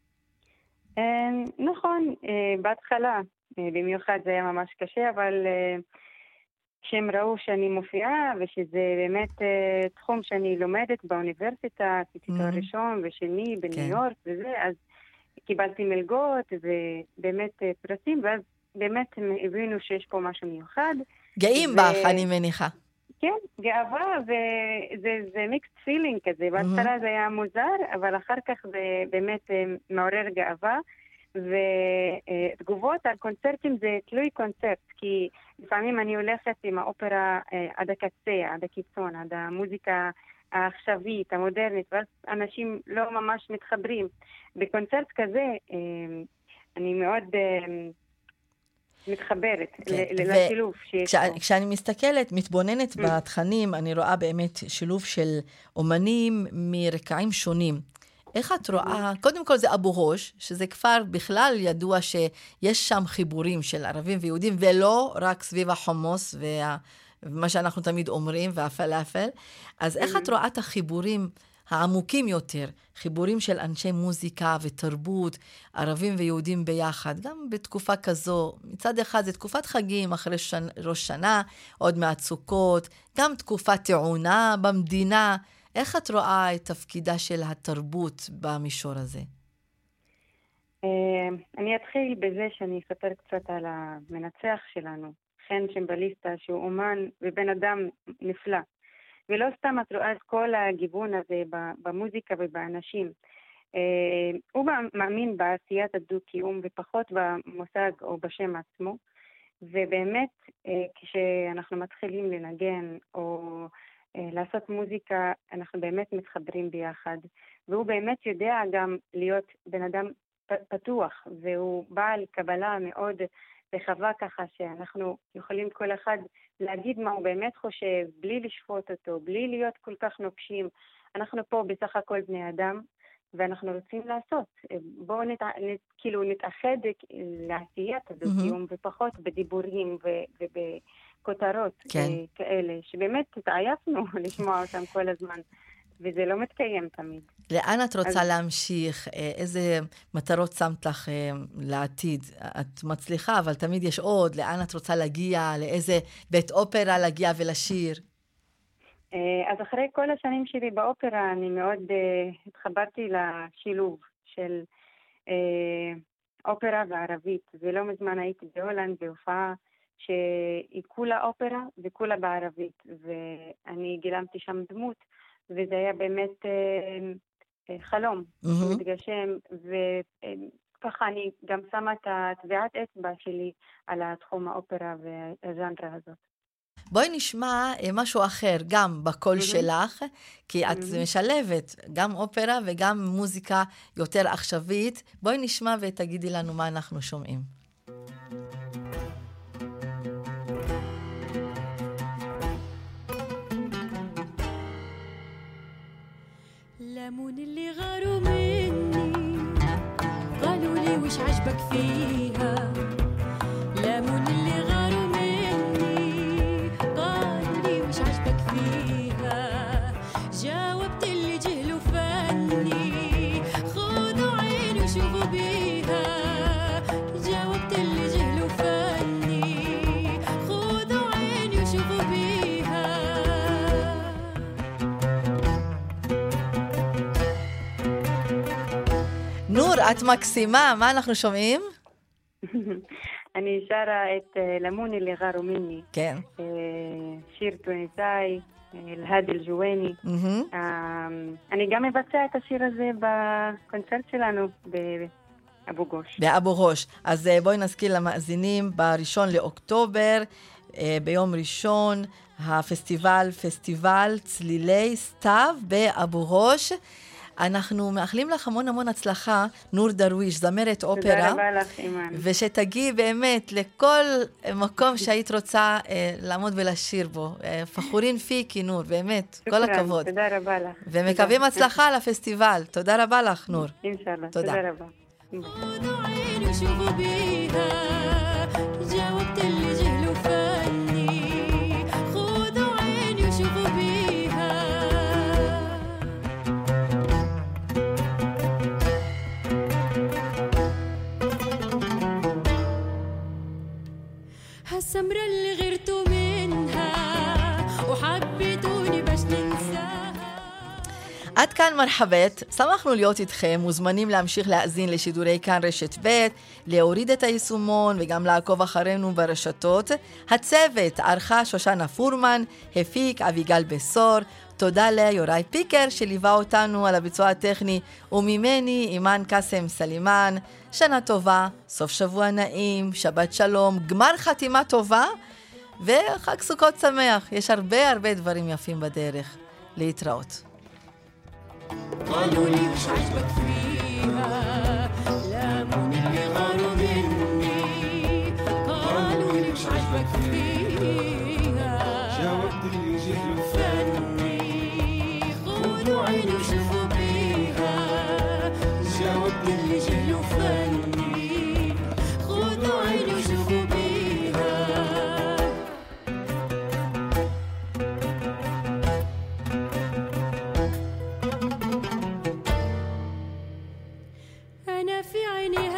נכון, בהתחלה, במיוחד זה היה ממש קשה, אבל כשהם ראו שאני מופיעה, ושזה באמת תחום שאני לומדת באוניברסיטה, עשיתי תואר ראשון ושני בניו יורק וזה, אז קיבלתי מלגות ובאמת פרסים, ואז באמת הם הבינו שיש פה משהו מיוחד. גאים בך, אני מניחה. כן, גאווה, וזה מיקסט פילינג כזה. בהתחלה זה היה מוזר, אבל אחר כך זה באמת מעורר גאווה. ותגובות על קונצרטים זה תלוי קונצרט, כי לפעמים אני הולכת עם האופרה עד הקצה, עד הקיצון, עד המוזיקה העכשווית, המודרנית, ואז אנשים לא ממש מתחברים. בקונצרט כזה אני מאוד... מתחברת לשילוב שיש פה. כשאני מסתכלת, מתבוננת בתכנים, אני רואה באמת שילוב של אומנים מרקעים שונים. איך את רואה? קודם כל זה אבו גוש, שזה כפר בכלל ידוע שיש שם חיבורים של ערבים ויהודים, ולא רק סביב החומוס ומה שאנחנו תמיד אומרים, והפלאפל. אז איך את רואה את החיבורים העמוקים יותר, חיבורים של אנשי מוזיקה ותרבות, ערבים ויהודים ביחד, גם בתקופה כזו, מצד אחד זה תקופת חגים אחרי ראש שנה, עוד מהצוקות, גם תקופה טעונה במדינה. איך את רואה את תפקידה של התרבות במישור הזה? אני אתחיל בזה שאני אספר קצת על המנצח שלנו, חן שמבליסטה, שהוא אומן ובן אדם נפלא. ולא סתם את רואה את כל הגיוון הזה במוזיקה ובאנשים. הוא מאמין בעשיית הדו-קיום ופחות במושג או בשם עצמו, ובאמת כשאנחנו מתחילים לנגן או לעשות מוזיקה, אנחנו באמת מתחברים ביחד, והוא באמת יודע גם להיות בן אדם פתוח, והוא בעל קבלה מאוד רחבה ככה שאנחנו יכולים כל אחד להגיד מה הוא באמת חושב, בלי לשפוט אותו, בלי להיות כל כך נוקשים. אנחנו פה בסך הכל בני אדם, ואנחנו רוצים לעשות. בואו כאילו נתאחד לעשיית הדו-קיום, ופחות בדיבורים ובכותרות כאלה, שבאמת התעייפנו לשמוע אותם כל הזמן. וזה לא מתקיים תמיד. לאן את רוצה להמשיך? איזה מטרות שמת לך לעתיד? את מצליחה, אבל תמיד יש עוד. לאן את רוצה להגיע? לאיזה בית אופרה להגיע ולשיר? אז אחרי כל השנים שלי באופרה, אני מאוד התחברתי לשילוב של אופרה וערבית. ולא מזמן הייתי בהולנד בהופעה שהיא כולה אופרה וכולה בערבית. ואני גילמתי שם דמות, וזה היה באמת חלום שמתגשם, ככה אני גם שמה את טביעת אצבע שלי על התחום האופרה והז'אנרה הזאת. בואי נשמע משהו אחר, גם בקול שלך, כי את משלבת גם אופרה וגם מוזיקה יותר עכשווית. בואי נשמע ותגידי לנו מה אנחנו שומעים. لمون اللي غاروا مني قالوا لي وش عجبك فيها لمون اللي غاروا مني قالوا لي وش عجبك فيها جاوبت اللي جهلوا فني خذوا عيني وشوفوا بيها جاوبت اللي جهلوا فني خذوا عيني وشوفوا بيها נור, את מקסימה, מה אנחנו שומעים? אני שרה את למון اللي غاروا مني. כן. שיר טוניסאי, אלהאדי אל-ג'וויני. אני גם מבצע את השיר הזה בקונצרט שלנו באבו גוש. באבו גוש. אז בואי נזכיר למאזינים, ב1 לאוקטובר, ביום ראשון, פסטיבל צלילי סתיו באבו גוש. אנחנו מאחלים לך המון הצלחה, נור דרוויש, זמרת אופרה. תודה רבה לך, אימן. ושתגיעי באמת לכל מקום שהיית רוצה לעמוד ולשיר בו. פחורין פיקי, נור, באמת, כל הכבוד. תודה רבה לך. ומקווים הצלחה לפסטיבל. תודה רבה לך, נור. אינשאללה, תודה רבה. السمرة اللي غيرتوا منها وحبيتوني باش ننساها. עד כאן מרחבת, שמחנו להיות איתכם, מוזמנים להמשיך להאזין לשידורי כאן רשת ב', להוריד את היישומון וגם לעקוב אחרינו ברשתות. הצוות ערכה שושנה פורמן, הפיק אביגל בסור, תודה ליוראי פיקר שליווה אותנו על הביצוע הטכני, וממני אימן קאסם סלימן. שנה טובה, סוף שבוע נעים, שבת שלום, גמר חתימה טובה וחג סוכות שמח. יש הרבה דברים יפים בדרך. להתראות. قالوا لي وش عجبك فيها لمون اللي غاروا مني قالوا لي وش عجبك فيها جاوبت اللي جهلوا فني خذوا عيني وشوفوا بيها جاوبت اللي جهلوا فني خذوا عيني وشوفوا بيها أنا في عيني